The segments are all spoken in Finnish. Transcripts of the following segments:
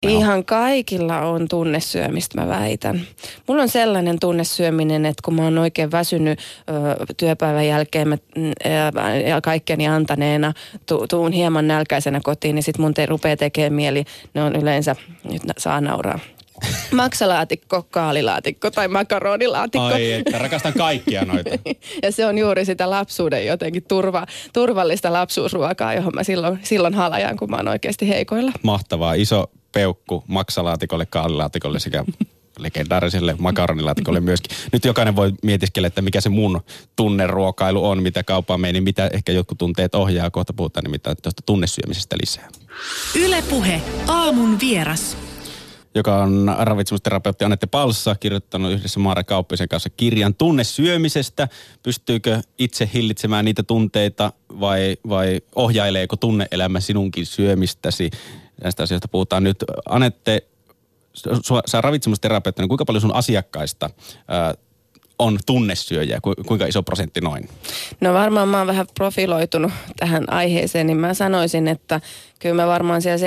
Ihan kaikilla on tunnesyömistä, mä väitän. Mulla on sellainen tunnesyöminen, että kun mä oon oikein väsynyt työpäivän jälkeen ja kaikkeni antaneena, tuun hieman nälkäisenä kotiin, niin sit mun rupeaa tekemään mieli. Ne on yleensä, nyt saa nauraa, maksalaatikko, kaalilaatikko tai makaronilaatikko. Ai, että rakastan kaikkia noita. Ja se on juuri sitä lapsuuden jotenkin turvallista lapsuusruokaa, johon mä silloin halajan, kun mä oon oikeasti heikoilla. Mahtavaa. Iso peukku maksalaatikolle, kaalilaatikolle sekä legendaariselle makaronilaatikolle myöskin. Nyt jokainen voi mietiskellä, että mikä se mun tunneruokailu on, mitä kaupaan meni, mitä ehkä jotkut tunteet ohjaa. Kohta puhutaan nimittäin tuosta tunnesyömisestä lisää. Yle Puhe, aamun vieras. Joka on ravitsemusterapeutti Anette Palssa, kirjoittanut yhdessä Maara Kauppisen kanssa kirjan tunnesyömisestä. Pystyykö itse hillitsemään niitä tunteita vai ohjaileeko tunne-elämä sinunkin syömistäsi? Näistä asioista puhutaan nyt. Anette, sä ravitsemusterapeutti, niin kuinka paljon sun asiakkaista on tunnesyöjiä? Kuinka iso prosentti noin? No varmaan mä oon vähän profiloitunut tähän aiheeseen, niin mä sanoisin, että kyllä me varmaan siellä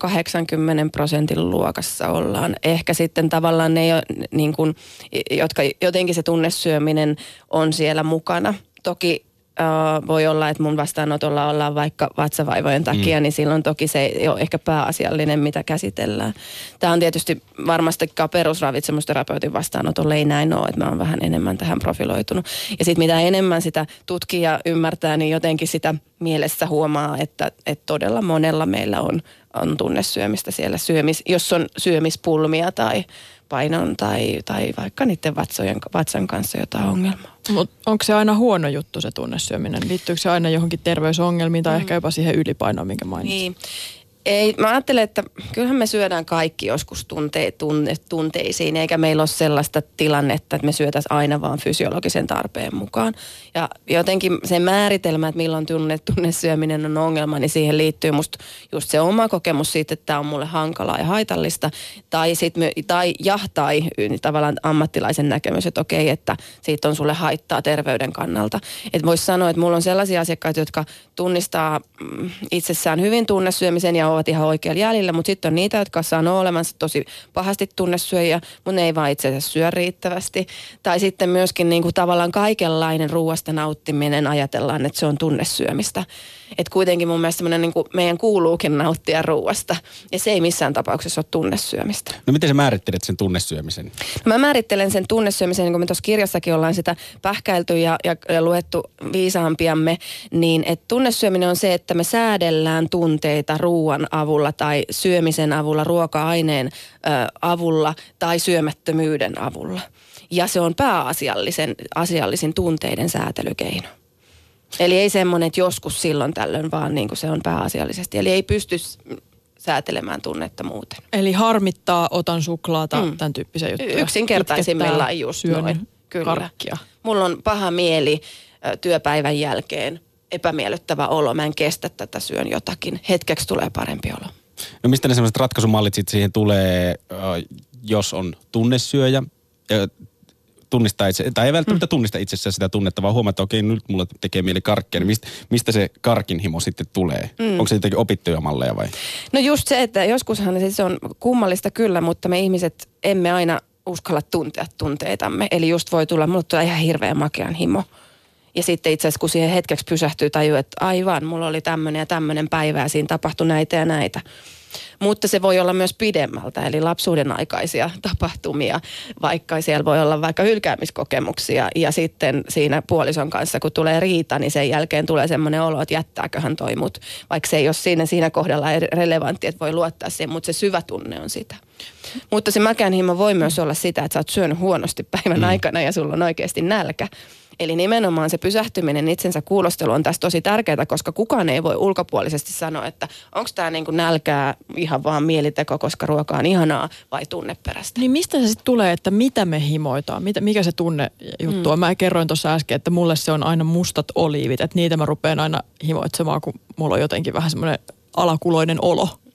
7-80% luokassa ollaan. Ehkä sitten tavallaan ne, niin kuin, jotka jotenkin se tunnesyöminen on siellä mukana. Toki voi olla, että mun vastaanotolla ollaan vaikka vatsavaivojen takia, niin silloin toki se ei ole ehkä pääasiallinen, mitä käsitellään. Tämä on tietysti varmastikaan perusravitsemusterapeutin vastaanotolle ei näin ole, että mä oon vähän enemmän tähän profiloitunut. Ja sitten mitä enemmän sitä tutkija ymmärtää, niin jotenkin sitä mielessä huomaa, että todella monella meillä on tunnesyömistä siellä. Jos on syömispulmia tai painon tai vaikka niiden vatsan kanssa jotain ongelmaa. Mutta onko se aina huono juttu se tunnesyöminen? Liittyykö se aina johonkin terveysongelmiin tai ehkä jopa siihen ylipainoon, minkä mainitsit? Niin. Ei, mä ajattelen, että kyllähän me syödään kaikki joskus tunteisiin, eikä meillä ole sellaista tilannetta, että me syötäisiin aina vaan fysiologisen tarpeen mukaan. Ja jotenkin se määritelmä, että milloin tunnesyöminen on ongelma, niin siihen liittyy musta just se oma kokemus siitä, että tämä on mulle hankalaa ja haitallista. Tai tavallaan ammattilaisen näkemys, että okei, että siitä on sulle haittaa terveyden kannalta. Että voisi sanoa, että mulla on sellaisia asiakkaita, jotka tunnistaa itsessään hyvin tunnesyömisen ja ovat ihan oikealla jäljellä, mutta sitten on niitä, jotka sanoo olevansa tosi pahasti tunnesyöjiä, mutta ne ei vaan itse asiassa syö riittävästi. Tai sitten myöskin niin kuin tavallaan kaikenlainen ruuasta nauttiminen ajatellaan, että se on tunnesyömistä. Että kuitenkin mun mielestä niin kuin meidän kuuluukin nauttia ruuasta ja se ei missään tapauksessa ole tunnesyömistä. No miten sä määrittelet sen tunnesyömisen? No mä määrittelen sen tunnesyömisen, niin kuin me tuossa kirjassakin ollaan sitä pähkäilty ja luettu viisaampiamme, niin että tunnesyöminen on se, että me säädellään tunteita ruoan avulla tai syömisen avulla, ruoka-aineen avulla tai syömättömyyden avulla. Ja se on pääasiallisin tunteiden säätelykeino. Eli ei semmoinen, että joskus silloin tällöin, vaan niin kuin se on pääasiallisesti. Eli ei pysty säätelemään tunnetta muuten. Eli harmittaa, otan suklaata, tämän tyyppisiä juttuja. Yksinkertaisimmillaan just noin. Kyllä. Karkkia. Mulla on paha mieli työpäivän jälkeen, epämiellyttävä olo. Mä en kestä tätä, syön jotakin. Hetkeksi tulee parempi olo. No mistä ne sellaiset ratkaisumallit sitten siihen tulee, jos on tunnesyöjä? Tunnistaa itse, tai ei välttämättä tunnista itsessään sitä tunnetta, vaan huomata, että okei, nyt mulla tekee mieli karkkia. Niin mistä se karkinhimo sitten tulee? Onko se jotenkin opittuja malleja vai? No just se, että joskushan se on kummallista kyllä, mutta me ihmiset emme aina uskalla tuntea tunteitamme. Eli just voi tulla, mulla tulee ihan hirveä makean himo. Ja sitten itse asiassa, kun siihen hetkeksi pysähtyy, tajuu, että aivan, mulla oli tämmöinen ja tämmöinen päivä ja siinä tapahtui näitä ja näitä. Mutta se voi olla myös pidemmältä, eli lapsuuden aikaisia tapahtumia, vaikka siellä voi olla vaikka hylkäämiskokemuksia. Ja sitten siinä puolison kanssa, kun tulee riita, niin sen jälkeen tulee semmoinen olo, että jättääköhän toi mut. Vaikka se ei ole siinä kohdalla relevantti, että voi luottaa siihen, mutta se syvä tunne on sitä. Mutta se mäkään himo voi myös olla sitä, että sä oot syönyt huonosti päivän aikana ja sulla on oikeasti nälkä. Eli nimenomaan se pysähtyminen, itsensä kuulostelu on tässä tosi tärkeää, koska kukaan ei voi ulkopuolisesti sanoa, että onko tämä niin kuin nälkää ihan vaan mieliteko, koska ruoka on ihanaa vai tunneperäistä. Niin mistä se sitten tulee, että mitä me himoitaan? Mikä se tunnejuttu on? Mä kerroin tuossa äsken, että mulle se on aina mustat oliivit, että niitä mä rupean aina himoitsemaan, kun mulla on jotenkin vähän semmoinen alakuloinen olo.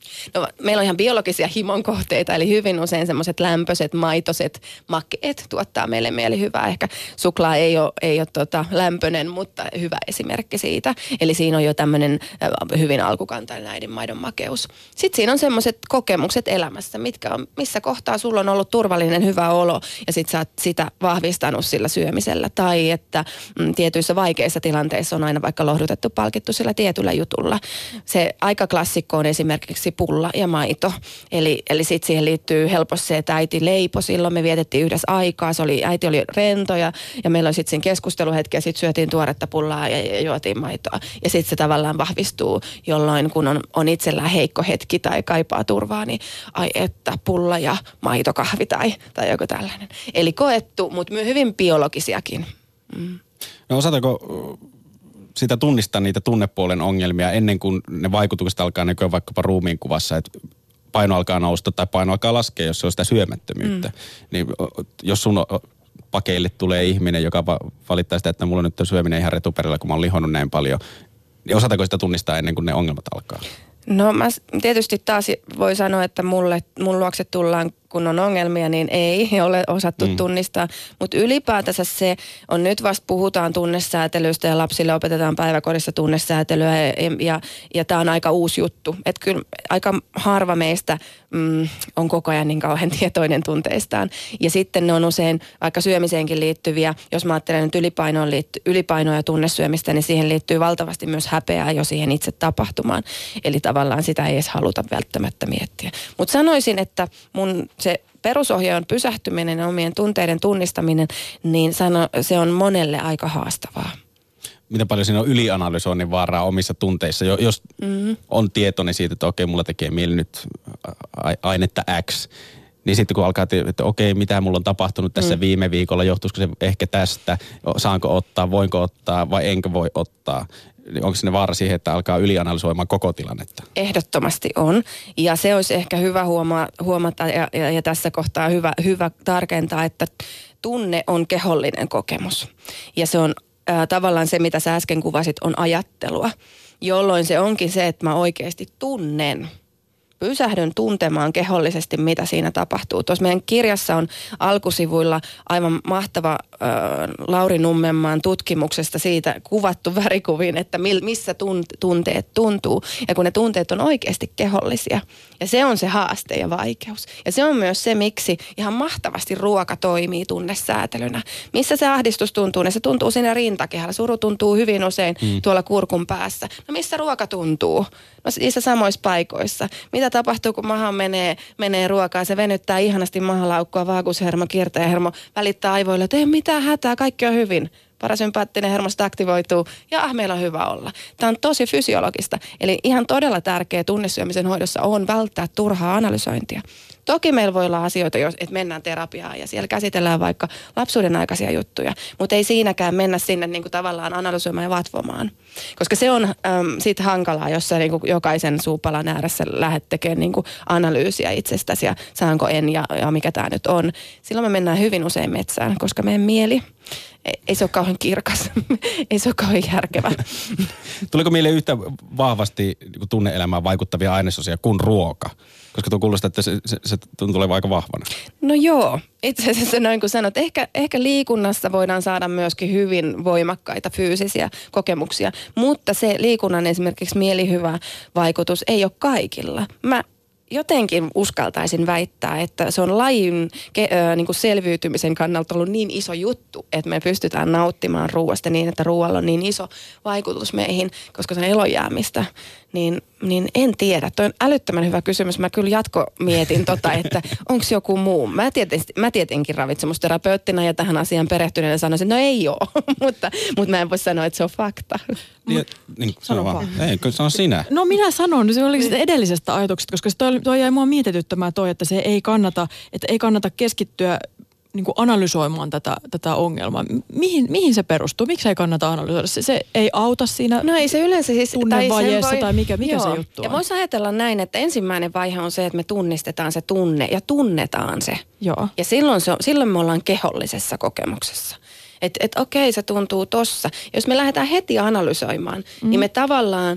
No, meillä on ihan biologisia himon kohteita, eli hyvin usein semmoiset lämpöiset, maitoiset makeet tuottaa meille mielihyvää. Ehkä suklaa ei ole lämpöinen, mutta hyvä esimerkki siitä. Eli siinä on jo tämmöinen hyvin alkukantainen äidinmaidon makeus. Sitten siinä on semmoiset kokemukset elämässä, missä kohtaa sulla on ollut turvallinen, hyvä olo, ja sitten sä oot sitä vahvistanut sillä syömisellä. Tai että tietyissä vaikeissa tilanteissa on aina vaikka lohdutettu, palkittu sillä tietyllä jutulla. Se aika klassikko on esimerkiksi pulla ja maito. Eli sitten siihen liittyy helposti se, että äiti leipoi silloin. Me vietettiin yhdessä aikaa. Äiti oli rento ja meillä oli sitten siinä keskusteluhetki ja sitten syötiin tuoretta pullaa ja juotiin maitoa. Ja sitten se tavallaan vahvistuu, jolloin kun on itsellään heikko hetki tai kaipaa turvaa, niin ai että pulla ja maitokahvi tai joku tällainen. Eli koettu, mutta hyvin biologisiakin. No osataanko sitä tunnistaa niitä tunnepuolen ongelmia ennen kuin ne vaikutukset alkaa näkyä vaikkapa ruumiinkuvassa, että paino alkaa nousta tai paino alkaa laskea, jos se on sitä syömättömyyttä. Niin jos sun pakeille tulee ihminen, joka valittaa sitä, että mulla nyt on syöminen ihan retuperillä, kun mä oon lihonnut näin paljon, niin osataanko sitä tunnistaa ennen kuin ne ongelmat alkaa? No mä tietysti taas voi sanoa, että mun luokse tullaan, kun on ongelmia, niin ei ole osattu tunnistaa. Mutta ylipäätänsä se on nyt vasta puhutaan tunnesäätelystä ja lapsille opetetaan päiväkodissa tunnesäätelyä ja tämä on aika uusi juttu. Että kyllä aika harva meistä on koko ajan niin kauhean tietoinen tunteistaan. Ja sitten ne on usein vaikka syömiseenkin liittyviä, jos mä ajattelen nyt ylipainoa ja tunnesyömistä, niin siihen liittyy valtavasti myös häpeää jo siihen itse tapahtumaan. Eli tavallaan sitä ei edes haluta välttämättä miettiä. Mutta sanoisin, että mun se perusohjaajan pysähtyminen ja omien tunteiden tunnistaminen, niin se on monelle aika haastavaa. Miten paljon siinä on ylianalysoinnin vaaraa omissa tunteissa, jos on tietoinen siitä, että okei, mulla tekee mieli nyt ainetta X, niin sitten kun alkaa, että okei, mitä mulla on tapahtunut tässä viime viikolla, johtuisiko se ehkä tästä, saanko ottaa, voinko ottaa vai enkö voi ottaa, onko sinne vaara siihen, että alkaa ylianalysoimaan koko tilannetta? Ehdottomasti on. Ja se olisi ehkä hyvä huomata ja tässä kohtaa hyvä tarkentaa, että tunne on kehollinen kokemus. Ja se on tavallaan se, mitä sä äsken kuvasit, on ajattelua. Jolloin se onkin se, että mä oikeasti tunnen. Pysähdyn tuntemaan kehollisesti, mitä siinä tapahtuu. Tuossa meidän kirjassa on alkusivuilla aivan mahtava Lauri Nummenmaan tutkimuksesta siitä kuvattu värikuvin, että missä tunteet tuntuu. Ja kun ne tunteet on oikeasti kehollisia. Ja se on se haaste ja vaikeus. Ja se on myös se, miksi ihan mahtavasti ruoka toimii tunnesäätelynä. Missä se ahdistus tuntuu? Ne se tuntuu siinä rintakehällä. Suru tuntuu hyvin usein tuolla kurkun päässä. No missä ruoka tuntuu? No niissä samoissa paikoissa. Mitä tapahtuu, kun mahaan menee ruokaa? Se venyttää ihanasti mahalaukkua, vaagushermo, kiertäjähermo, välittää aivoille, että ei mitään hätää, kaikki on hyvin. Parasympaattinen hermosto aktivoituu ja meillä on hyvä olla. Tämä on tosi fysiologista. Eli ihan todella tärkeä tunnesyömisen hoidossa on välttää turhaa analysointia. Toki meillä voi olla asioita, että mennään terapiaan ja siellä käsitellään vaikka lapsuuden aikaisia juttuja, mutta ei siinäkään mennä sinne niin kuin tavallaan analysoimaan ja vatvomaan. Koska se on siitä hankalaa, jos sä niin kuin jokaisen suupalan ääressä lähdet tekemään niin kuin analyysiä itsestäsi ja saanko en ja mikä tämä nyt on. Silloin me mennään hyvin usein metsään, koska meidän mieli ei se ole kauhean kirkas, ei se ole kauhean järkevä. Tuliko mieleen yhtä vahvasti tunne-elämään vaikuttavia ainesosia kuin ruoka? Koska tuo kuulostaa, että se tuntuu olevan aika vahvana. No joo, itse asiassa noin kuin sanot, ehkä liikunnassa voidaan saada myöskin hyvin voimakkaita fyysisiä kokemuksia, mutta se liikunnan esimerkiksi mielihyvä vaikutus ei ole kaikilla. Mä jotenkin uskaltaisin väittää, että se on lajin niin kuin selviytymisen kannalta ollut niin iso juttu, että me pystytään nauttimaan ruoasta niin, että ruoalla on niin iso vaikutus meihin, koska se on elonjäämistä. Niin en tiedä. Toi on älyttömän hyvä kysymys. Mä kyllä jatkomietin että onko joku muu. Mä tietenkin ravitsemusterapeuttina ja tähän asiaan perehtyneenä sanoisin, että no ei ole, mutta mä en voi sanoa, että se on fakta. Niin, sano vaan. Ei, kyllä sano sinä. No minä sanon, se oli sitä edellisestä ajatuksesta, koska toi jäi mua mietityttämään että se ei kannata keskittyä niin kuin analysoimaan tätä ongelmaa. Mihin se perustuu? Miksi ei kannata analysoida? Se ei auta siinä no ei se yleensä siis, tunnevajeessa tai mikä se juttu on? Ja voisi ajatella näin, että ensimmäinen vaihe on se, että me tunnistetaan se tunne ja tunnetaan se. Joo. Ja silloin me ollaan kehollisessa kokemuksessa. Että okei, se tuntuu tossa. Jos me lähdetään heti analysoimaan, niin me tavallaan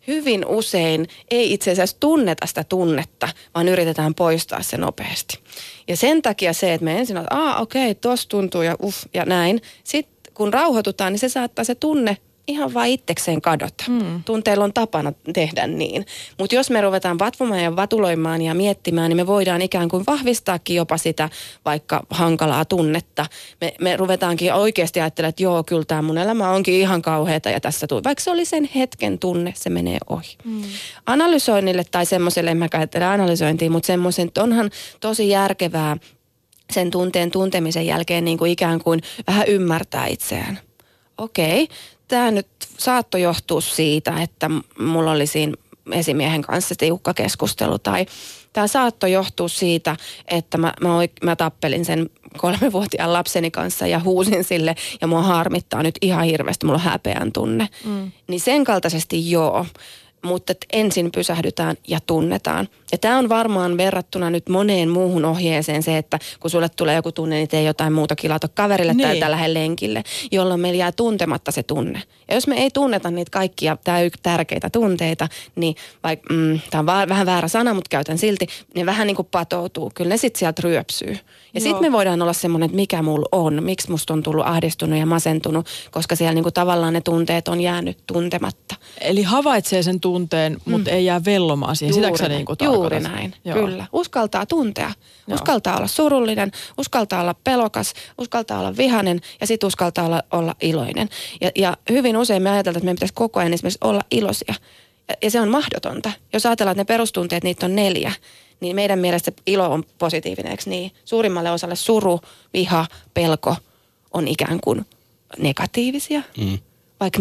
hyvin usein ei itse asiassa tunneta sitä tunnetta, vaan yritetään poistaa se nopeasti. Ja sen takia se, että me ensin okei, tossa tuntuu ja näin. Sitten kun rauhoitutaan, niin se saattaa se tunne ihan vaan itsekseen kadota. Tunteilla on tapana tehdä niin. Mutta jos me ruvetaan vatvomaan ja vatuloimaan ja miettimään, niin me voidaan ikään kuin vahvistaakin jopa sitä vaikka hankalaa tunnetta. Me ruvetaankin oikeasti ajattelemaan, että joo, kyllä tämä mun elämä onkin ihan kauheata ja tässä tulee. Vaikka se oli sen hetken tunne, se menee ohi. Analysoinnille tai semmoiselle, en mä ajattele analysointiin, mutta semmoisen, että onhan tosi järkevää sen tunteen tuntemisen jälkeen niin kuin ikään kuin vähän ymmärtää itseään. Okei. Tämä nyt saattoi johtua siitä, että mulla oli siinä esimiehen kanssa tiukka keskustelu. Tai tämä saattoi johtua siitä, että mä tappelin sen 3-vuotiaan lapseni kanssa ja huusin sille. Ja mua harmittaa nyt ihan hirveästi, mulla on häpeän tunne. Niin sen kaltaisesti joo. Mutta ensin pysähdytään ja tunnetaan. Ja tämä on varmaan verrattuna nyt moneen muuhun ohjeeseen se, että kun sulle tulee joku tunne, niin tee jotain muuta, kilata kaverille tai lähde lenkille, jolloin meillä jää tuntematta se tunne. Ja jos me ei tunneta niitä kaikkia tärkeitä tunteita, niin vaikka tämä on vähän väärä sana, mutta käytän silti, ne vähän niin kuin patoutuu. Kyllä ne sitten sieltä ryöpsyy. Ja sitten me voidaan olla semmoinen, että mikä mulla on, miksi musta on tullut ahdistunut ja masentunut, koska siellä niin kuin tavallaan ne tunteet on jäänyt tuntematta. Eli havaitsee sen tunteen, mutta ei jää vellomaan siihen. Sitäkö sä niin kuin tarkoitat? Juuri näin, kyllä. Uskaltaa tuntea. Uskaltaa olla surullinen, uskaltaa olla pelokas, uskaltaa olla vihainen ja sitten uskaltaa olla iloinen. Ja hyvin usein me ajatellaan, että meidän pitäisi koko ajan esimerkiksi olla iloisia. Ja se on mahdotonta. Jos ajatellaan, että ne perustunteet, niitä on 4, niin meidän mielestä ilo on positiivinen, eikö niin? Suurimmalle osalle suru, viha, pelko on ikään kuin negatiivisia. Vaikka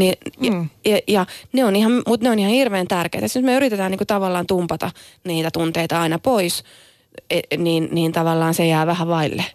ja ne on ihan, mutta ne on ihan hirveän tärkeitä. Jos me yritetään niin kuin tavallaan tumpata niitä tunteita aina pois, niin tavallaan se jää vähän vaille.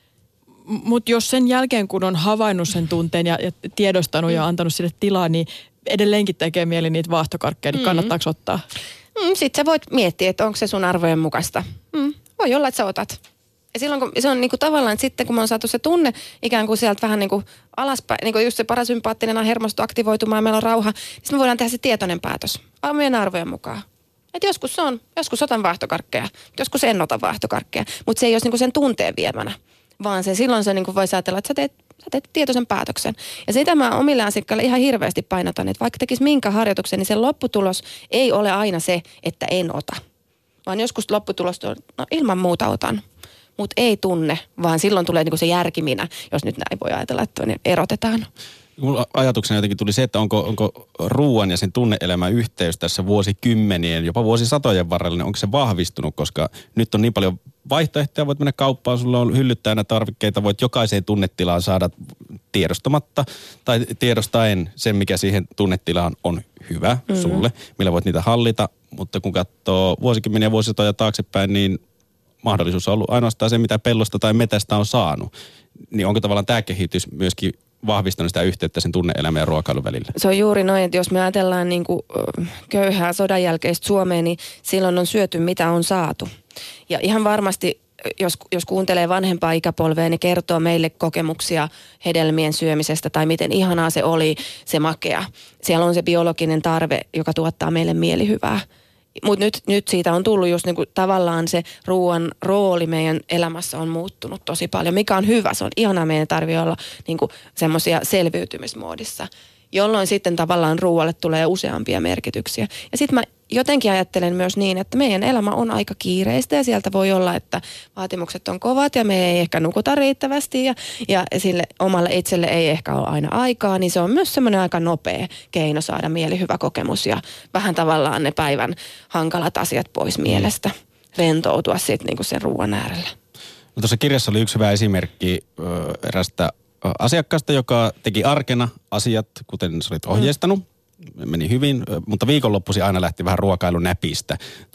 Mutta jos sen jälkeen, kun on havainnut sen tunteen ja tiedostanut ja antanut sille tilaa, niin edelleenkin tekee mieli niitä vaahtokarkkeja, niin kannattaako ottaa? Sitten sä voit miettiä, että onko se sun arvojen mukaista. Voi olla, että sä otat. Ja silloin kun se on niinku tavallaan, että sitten kun me on saatu se tunne ikään kuin sieltä vähän niinku alaspäin, niinku just se parasympaattinen hermosto aktivoitumaan ja meillä on rauha, niin sitten me voidaan tehdä se tietoinen päätös meidän arvojen mukaan. Että joskus otan vaahtokarkkeja, joskus en ota vaahtokarkkeja, mutta se ei ole niinku sen tunteen viemänä, vaan silloin se niinku voi ajatella, että sä teet tietoisen päätöksen. Ja sitä mä omille asiakkaille ihan hirveästi painotan, että vaikka tekisi minkä harjoituksen, niin sen lopputulos ei ole aina se, että en ota. Vaan joskus lopputulos on, ilman muuta otan. Mutta ei tunne, vaan silloin tulee niinku se järkiminä, jos nyt näin voi ajatella, että ne erotetaan. Mulla ajatuksena jotenkin tuli se, että onko ruoan ja sen tunne-elämän yhteys tässä vuosikymmenien, jopa vuosisatojen varrella, niin onko se vahvistunut, koska nyt on niin paljon vaihtoehtoja, voit mennä kauppaan, sulla on hyllyttäjänä tarvikkeita, voit jokaiseen tunnetilaan saada tiedostamatta tai tiedostaen sen, mikä siihen tunnetilaan on hyvä sulle, millä voit niitä hallita, mutta kun katsoo vuosikymmeniä vuosisatoja taaksepäin, niin mahdollisuus on ollut ainoastaan se, mitä pellosta tai metästä on saanut. Niin onko tavallaan tämä kehitys myöskin vahvistanut sitä yhteyttä sen tunne-elämän ja ruokailun välillä? Se on juuri noin, että jos me ajatellaan niin kuin köyhää sodan jälkeistä Suomea, niin silloin on syöty mitä on saatu. Ja ihan varmasti, jos kuuntelee vanhempaa ikäpolvea, niin kertoo meille kokemuksia hedelmien syömisestä tai miten ihanaa se oli, se makea. Siellä on se biologinen tarve, joka tuottaa meille mielihyvää. Mutta nyt siitä on tullut just niinku tavallaan se ruoan rooli meidän elämässä on muuttunut tosi paljon, mikä on hyvä. Se on ihanaa, meidän tarvitse olla niinku semmoisia selviytymismoodissa, jolloin sitten tavallaan ruoalle tulee useampia merkityksiä. Ja sitten mä jotenkin ajattelen myös niin, että meidän elämä on aika kiireistä ja sieltä voi olla, että vaatimukset on kovat ja me ei ehkä nukuta riittävästi ja sille omalle itselle ei ehkä ole aina aikaa, niin se on myös semmoinen aika nopea keino saada mielihyvä kokemus ja vähän tavallaan ne päivän hankalat asiat pois mielestä, rentoutua sitten niinku sen ruoan äärellä. No tuossa kirjassa oli yksi hyvä esimerkki erästä asiakkaasta, joka teki arkena asiat, kuten sä olit ohjeistanut. Meni hyvin, mutta viikonloppuisin aina lähti vähän ruokailunäpistä.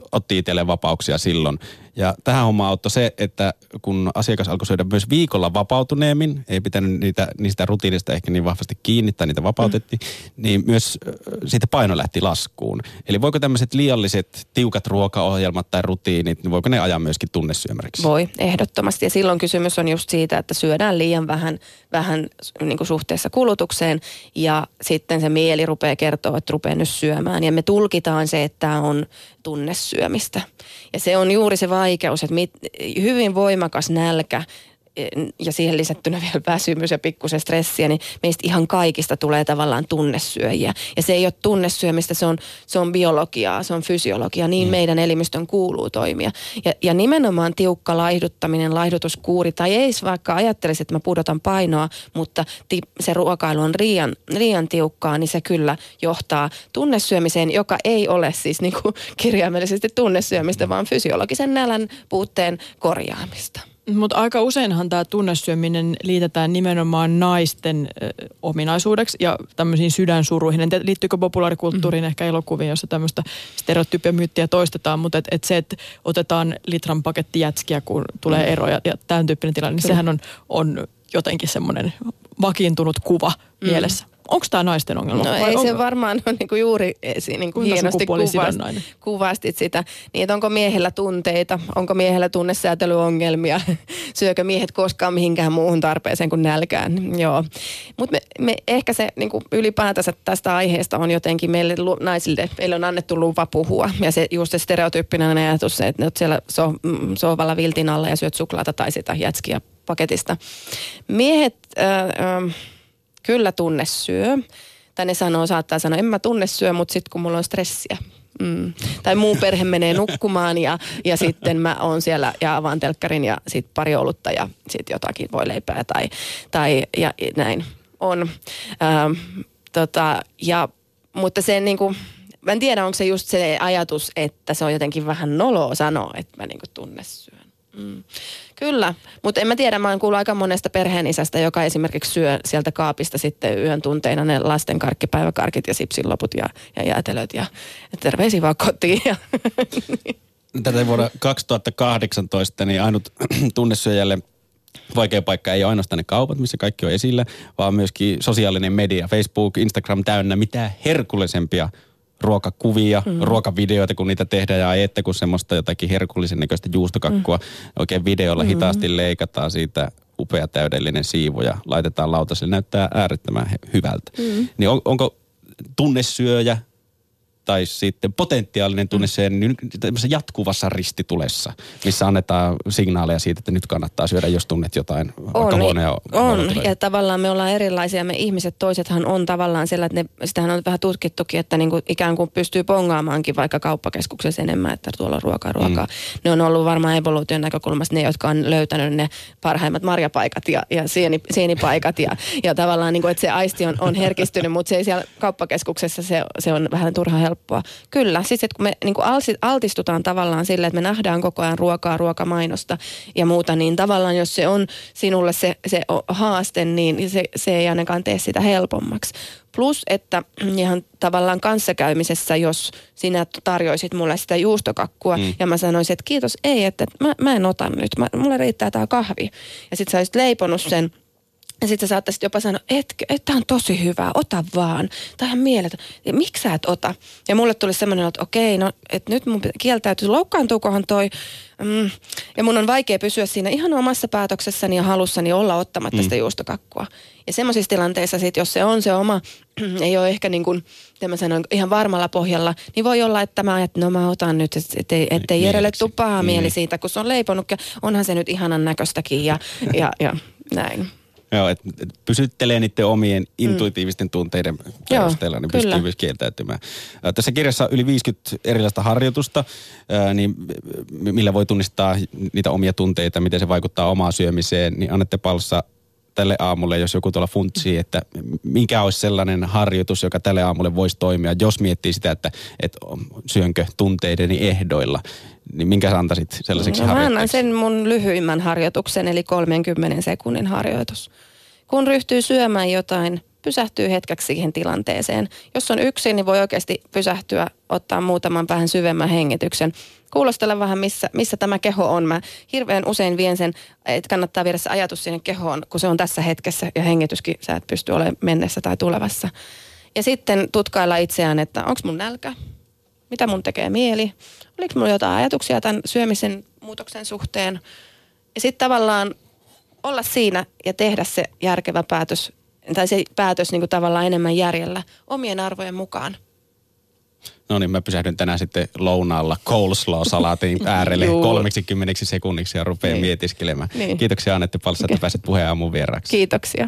otti itselleen vapauksia silloin. Ja tähän hommaan auttoi se, että kun asiakas alkoi syödä myös viikolla vapautuneemmin, ei pitänyt niistä rutiinista ehkä niin vahvasti kiinni tai niitä vapautettiin, niin myös siitä paino lähti laskuun. Eli voiko tämmöiset liialliset tiukat ruokaohjelmat tai rutiinit, niin voiko ne ajaa myöskin tunnesyömäriksi? Voi, ehdottomasti. Ja silloin kysymys on just siitä, että syödään liian vähän niin kuin suhteessa kulutukseen ja sitten se mieli rupeaa kertoa, että rupeaa nyt syömään. Ja me tulkitaan se, että tämä on tunnesyömistä. Ja se on juuri se vaikeus, että hyvin voimakas nälkä ja siihen lisättynä vielä väsymys ja pikkusen stressiä, niin meistä ihan kaikista tulee tavallaan tunnesyöjiä. Ja se ei ole tunnesyömistä, se on biologiaa, se on fysiologiaa, niin meidän elimistön kuuluu toimia. Ja nimenomaan tiukka laihduttaminen, laihdutuskuuri, tai ei vaikka ajattelisi, että mä pudotan painoa, mutta se ruokailu on liian tiukkaa, niin se kyllä johtaa tunnesyömiseen, joka ei ole siis niin kuin kirjaimellisesti tunnesyömistä, vaan fysiologisen nälän puutteen korjaamista. Mutta aika useinhan tämä tunnesyöminen liitetään nimenomaan naisten ominaisuudeksi ja tämmöisiin sydänsuruihin. En tiedä, liittyykö populaarikulttuuriin ehkä elokuviin, jossa tämmöistä stereotyyppiä toistetaan, mutta se, että otetaan litran paketti jätskiä, kun tulee eroja ja tämän tyyppinen tilanne, niin sehän on jotenkin semmoinen vakiintunut kuva mielessä. Onko tämä naisten ongelma? No ei se varmaan ole niinku juuri niinku hienosti kuvastit sitä. Niin, että onko miehellä tunteita, onko miehellä tunnesäätelyongelmia, syökö miehet koskaan mihinkään muuhun tarpeeseen kuin nälkään. Joo. Mutta me ehkä se niinku ylipäätänsä tästä aiheesta on jotenkin meille naisille, meille on annettu lupa puhua. Ja se just se stereotyyppinen ajatus, se, että olet siellä sohvalla viltin alla ja syöt suklaata tai sitä jätskiä paketista. Miehet kyllä tunnesyö. Tai ne saattaa sanoa, en mä tunnesyö, mutta sitten kun mulla on stressiä. Tai muu perhe menee nukkumaan ja sitten mä oon siellä ja avaan telkkarin ja sitten pari olutta ja sitten jotakin voi leipää tai ja näin on. Mutta se niinku, mä en tiedä onko se just se ajatus, että se on jotenkin vähän noloa sanoa, että mä niinku tunnesyön. Kyllä, mutta en mä tiedä, mä oon kuullut aika monesta perheenisästä, joka esimerkiksi syö sieltä kaapista sitten yön tunteina ne lasten karkkipäiväkarkit ja sipsin loput ja jäätelöt ja terveisiä vaan kotiin. Tätä vuonna 2018 niin ainut tunnesyöjälle vaikea paikka ei ole ainoastaan ne kaupat, missä kaikki on esillä, vaan myöskin sosiaalinen media, Facebook, Instagram täynnä mitä herkullisempia ruokakuvia, ruokavideoita, kun niitä tehdään ja ette kun semmoista jotakin herkullisen näköistä juustokakkua oikein videolla hitaasti leikataan siitä upea täydellinen siivu ja laitetaan lautaselle. Näyttää äärettömän hyvältä. Niin onko tunnesyöjä tai sitten potentiaalinen tunnesyöjä niin tämmöisessä jatkuvassa ristitulessa, missä annetaan signaaleja siitä, että nyt kannattaa syödä, jos tunnet jotain vaikka huonoja. On, ja tavallaan me ollaan erilaisia. Me ihmiset, toisethan on tavallaan siellä, että sitähän on vähän tutkittukin, että niinku ikään kuin pystyy pongaamaankin vaikka kauppakeskuksessa enemmän, että tuolla on ruokaa. Ne on ollut varmaan evoluution näkökulmasta ne, jotka on löytänyt ne parhaimmat marjapaikat ja sienipaikat ja tavallaan, niinku, että se aisti on herkistynyt, mutta se ei siellä kauppakeskuksessa, se on vähän turha helppoa. Kyllä, siis että kun me niin kuin altistutaan tavallaan sille, että me nähdään koko ajan ruokamainosta ja muuta, niin tavallaan jos se on sinulle se haaste, niin se ei ainakaan tee sitä helpommaksi. Plus, että ihan tavallaan kanssakäymisessä, jos sinä tarjoisit mulle sitä juustokakkua ja mä sanoisin, että kiitos, ei, että mä en ota nyt, mulle riittää tää kahvi. Ja sit sä olisit leiponut sen. Ja sitten sä saattaisit jopa sanoa, että tämä on tosi hyvä, ota vaan. Tai ihan mieletön. Ja miksi sä et ota? Ja mulle tuli semmoinen, että okei, no, että nyt mun kieltäytyy, loukkaantuukohan toi. Ja mun on vaikea pysyä siinä ihan omassa päätöksessäni ja halussani olla ottamatta sitä juustokakkua. Ja semmoisissa tilanteissa sit, jos se on se oma, ei ole ehkä niin kuin, mä sanon, ihan varmalla pohjalla, niin voi olla, että mä ajattelen, no mä otan nyt, ettei Jerelle tule paha mieli siitä, kun se on leiponut ja onhan se nyt ihanan näköistäkin ja näin. Joo, että pysyttelee niiden omien intuitiivisten tunteiden perusteella, niin pystyy myös kieltäytymään. Tässä kirjassa on yli 50 erilaista harjoitusta, niin millä voi tunnistaa niitä omia tunteita, miten se vaikuttaa omaan syömiseen, niin Anette Palssa tälle aamulle, jos joku tuolla funtsii, että mikä olisi sellainen harjoitus, joka tälle aamulle voisi toimia, jos miettii sitä, että syönkö tunteideni ehdoilla, niin minkä sä antaisit sellaiseksi harjoitteeksi? Mä annan sen mun lyhyimmän harjoituksen, eli 30 sekunnin harjoitus. Kun ryhtyy syömään jotain, pysähtyy hetkeksi siihen tilanteeseen. Jos on yksin, niin voi oikeasti pysähtyä, ottaa muutaman vähän syvemmän hengityksen. Kuulostella vähän, missä tämä keho on. Mä hirveän usein vien sen, että kannattaa viedä se ajatus sinne kehoon, kun se on tässä hetkessä ja hengityskin sä et pysty olemaan mennessä tai tulevassa. Ja sitten tutkailla itseään, että onko mun nälkä? Mitä mun tekee mieli? Oliko mulla jotain ajatuksia tämän syömisen muutoksen suhteen? Ja sitten tavallaan olla siinä ja tehdä se järkevä päätös, tai se päätös niin kuin tavallaan enemmän järjellä omien arvojen mukaan. No niin, mä pysähdyn tänään sitten lounaalla coleslaw-salaatin äärelle 30 sekunniksi ja rupean mietiskelemään. Niin. Kiitoksia Anette Palsa, että pääsit Puheen Aamun vieraaksi. Kiitoksia.